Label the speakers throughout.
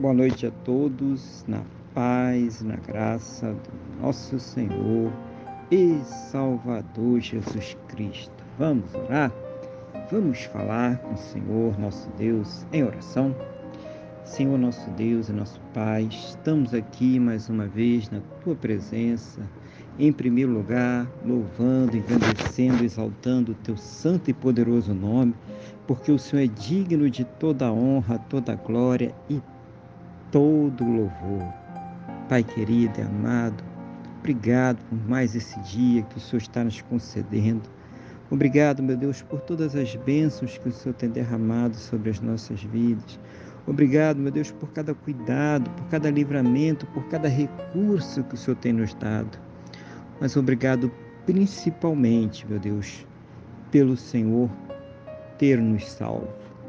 Speaker 1: Boa noite a todos, na paz, na graça do nosso Senhor e Salvador Jesus Cristo. Vamos orar? Vamos falar com o Senhor, nosso Deus, em oração? Senhor, nosso Deus e nosso Pai, estamos aqui mais uma vez na Tua presença, em primeiro lugar, louvando, engrandecendo, exaltando o Teu santo e poderoso nome, porque o Senhor é digno de toda a honra, toda a glória e todo louvor. Pai querido e amado, obrigado por mais esse dia que o Senhor está nos concedendo. Obrigado, meu Deus, por todas as bênçãos que o Senhor tem derramado sobre as nossas vidas. Obrigado, meu Deus, por cada cuidado, por cada livramento, por cada recurso que o Senhor tem nos dado. Mas obrigado principalmente, meu Deus, pelo Senhor ter nos salvo.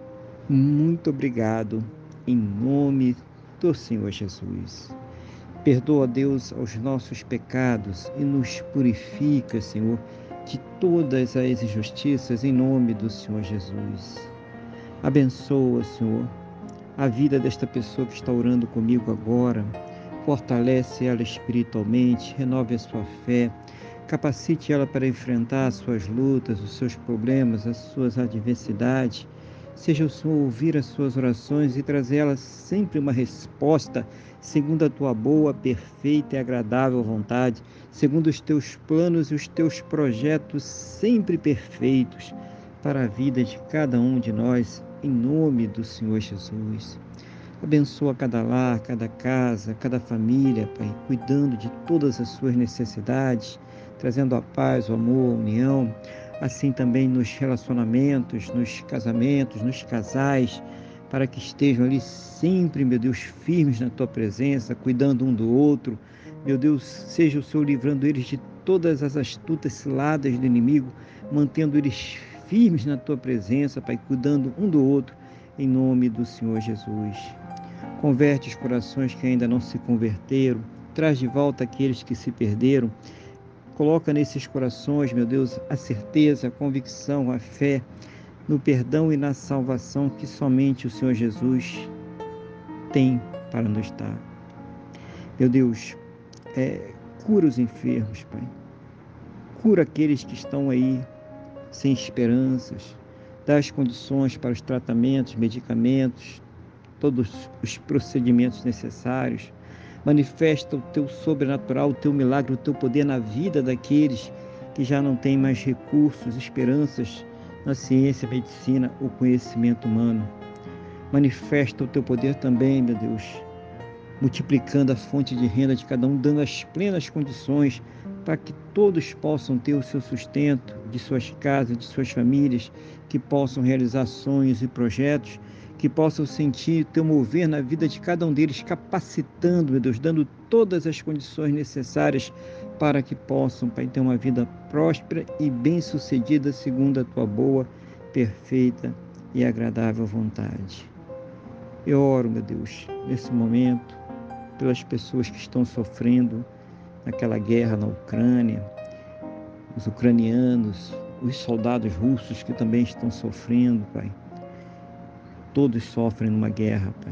Speaker 1: Muito obrigado, em nome do Senhor Jesus. Perdoa, Deus, os nossos pecados e nos purifica, Senhor, de todas as injustiças, em nome do Senhor Jesus. Abençoa, Senhor, a vida desta pessoa que está orando comigo agora. Fortalece ela espiritualmente, renove a sua fé, capacite ela para enfrentar as suas lutas, os seus problemas, as suas adversidades. Seja o Senhor ouvir as suas orações e trazer elas sempre uma resposta segundo a tua boa, perfeita e agradável vontade, segundo os teus planos e os teus projetos sempre perfeitos para a vida de cada um de nós, em nome do Senhor Jesus. Abençoa cada lar, cada casa, cada família, Pai, cuidando de todas as suas necessidades, trazendo a paz, o amor, a união, assim também nos relacionamentos, nos casamentos, nos casais, para que estejam ali sempre, meu Deus, firmes na Tua presença, cuidando um do outro. Meu Deus, seja o Senhor livrando eles de todas as astutas ciladas do inimigo, mantendo eles firmes na Tua presença, Pai, cuidando um do outro, em nome do Senhor Jesus. Converte os corações que ainda não se converteram, traz de volta aqueles que se perderam. Coloca nesses corações, meu Deus, a certeza, a convicção, a fé no perdão e na salvação que somente o Senhor Jesus tem para nos dar. Meu Deus, cura os enfermos, Pai. Cura aqueles que estão aí sem esperanças. Dá as condições para os tratamentos, medicamentos, todos os procedimentos necessários. Manifesta o teu sobrenatural, o teu milagre, o teu poder na vida daqueles que já não têm mais recursos, esperanças na ciência, medicina ou conhecimento humano. Manifesta o teu poder também, meu Deus, multiplicando a fonte de renda de cada um, dando as plenas condições para que todos possam ter o seu sustento de suas casas, de suas famílias, que possam realizar sonhos e projetos, que possam sentir o teu mover na vida de cada um deles, capacitando, meu Deus, dando todas as condições necessárias para que possam, Pai, ter uma vida próspera e bem-sucedida segundo a tua boa, perfeita e agradável vontade. Eu oro, meu Deus, nesse momento, pelas pessoas que estão sofrendo naquela guerra na Ucrânia, os ucranianos, os soldados russos que também estão sofrendo, Pai. Todos sofrem numa guerra, Pai.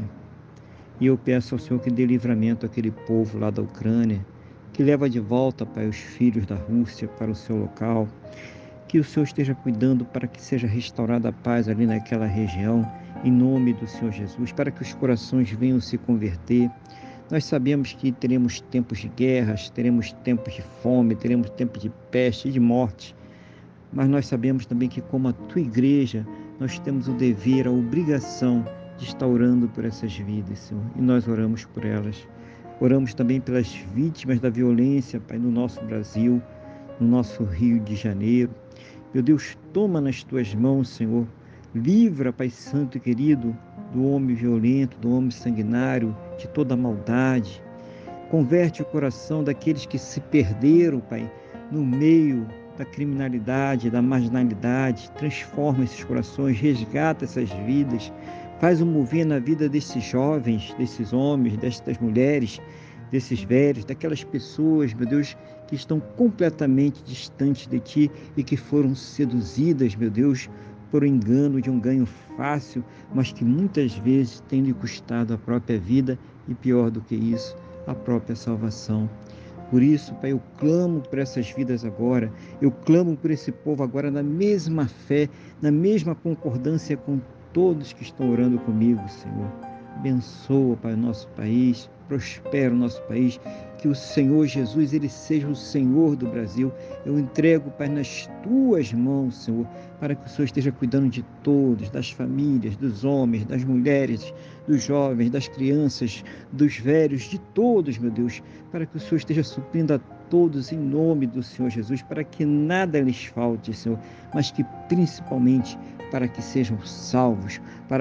Speaker 1: E eu peço ao Senhor que dê livramento àquele povo lá da Ucrânia, que leva de volta, Pai, os filhos da Rússia para o seu local, que o Senhor esteja cuidando para que seja restaurada a paz ali naquela região, em nome do Senhor Jesus, para que os corações venham se converter. Nós sabemos que teremos tempos de guerras, teremos tempos de fome, teremos tempos de peste e de morte, mas nós sabemos também que, como a tua igreja, nós temos o dever, a obrigação de estar orando por essas vidas, Senhor, e nós oramos por elas. Oramos também pelas vítimas da violência, Pai, no nosso Brasil, no nosso Rio de Janeiro. Meu Deus, toma nas tuas mãos, Senhor, livra, Pai Santo e querido, do homem violento, do homem sanguinário, de toda a maldade. Converte o coração daqueles que se perderam, Pai, no meio da criminalidade, da marginalidade. Transforma esses corações, resgata essas vidas, faz um mover na vida desses jovens, desses homens, destas mulheres, desses velhos, daquelas pessoas, meu Deus, que estão completamente distantes de Ti e que foram seduzidas, meu Deus, por engano de um ganho fácil, mas que muitas vezes tem lhe custado a própria vida e, pior do que isso, a própria salvação. Por isso, Pai, eu clamo por essas vidas agora, eu clamo por esse povo agora na mesma fé, na mesma concordância com todos que estão orando comigo, Senhor. Abençoa, Pai, o nosso país, prospera o nosso país, que o Senhor Jesus, Ele seja o Senhor do Brasil. Eu entrego, Pai, nas Tuas mãos, Senhor, para que o Senhor esteja cuidando de todos, das famílias, dos homens, das mulheres, dos jovens, das crianças, dos velhos, de todos, meu Deus, para que o Senhor esteja suprindo a todos em nome do Senhor Jesus, para que nada lhes falte, Senhor, mas que principalmente para que sejam salvos,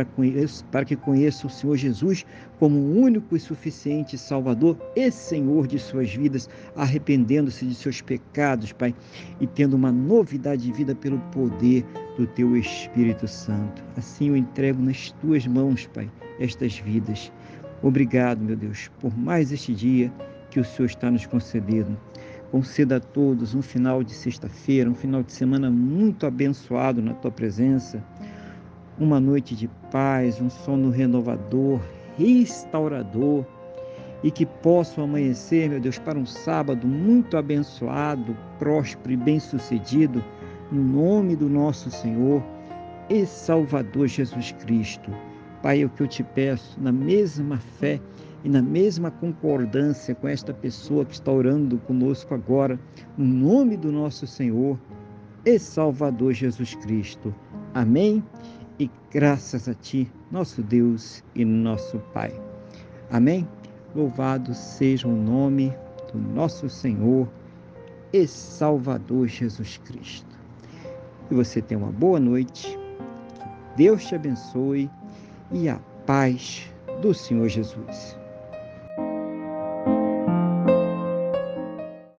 Speaker 1: para que conheçam o Senhor Jesus como o único e suficiente Salvador e Senhor de suas vidas, arrependendo-se de seus pecados, Pai, e tendo uma novidade de vida pelo poder do Teu Espírito Santo. Assim eu entrego nas Tuas mãos, Pai, estas vidas. Obrigado, meu Deus, por mais este dia que o Senhor está nos concedendo. Conceda a todos um final de sexta-feira, um final de semana muito abençoado na Tua presença, uma noite de paz, um sono renovador, restaurador, e que possam amanhecer, meu Deus, para um sábado muito abençoado, próspero e bem-sucedido, no nome do nosso Senhor e Salvador Jesus Cristo. Pai, é o que eu te peço, na mesma fé e na mesma concordância com esta pessoa que está orando conosco agora, no nome do nosso Senhor e Salvador Jesus Cristo. Amém? E graças a Ti, nosso Deus e nosso Pai. Amém? Louvado seja o nome do nosso Senhor e Salvador Jesus Cristo. Que você tenha uma boa noite, Deus te abençoe e a paz do Senhor Jesus.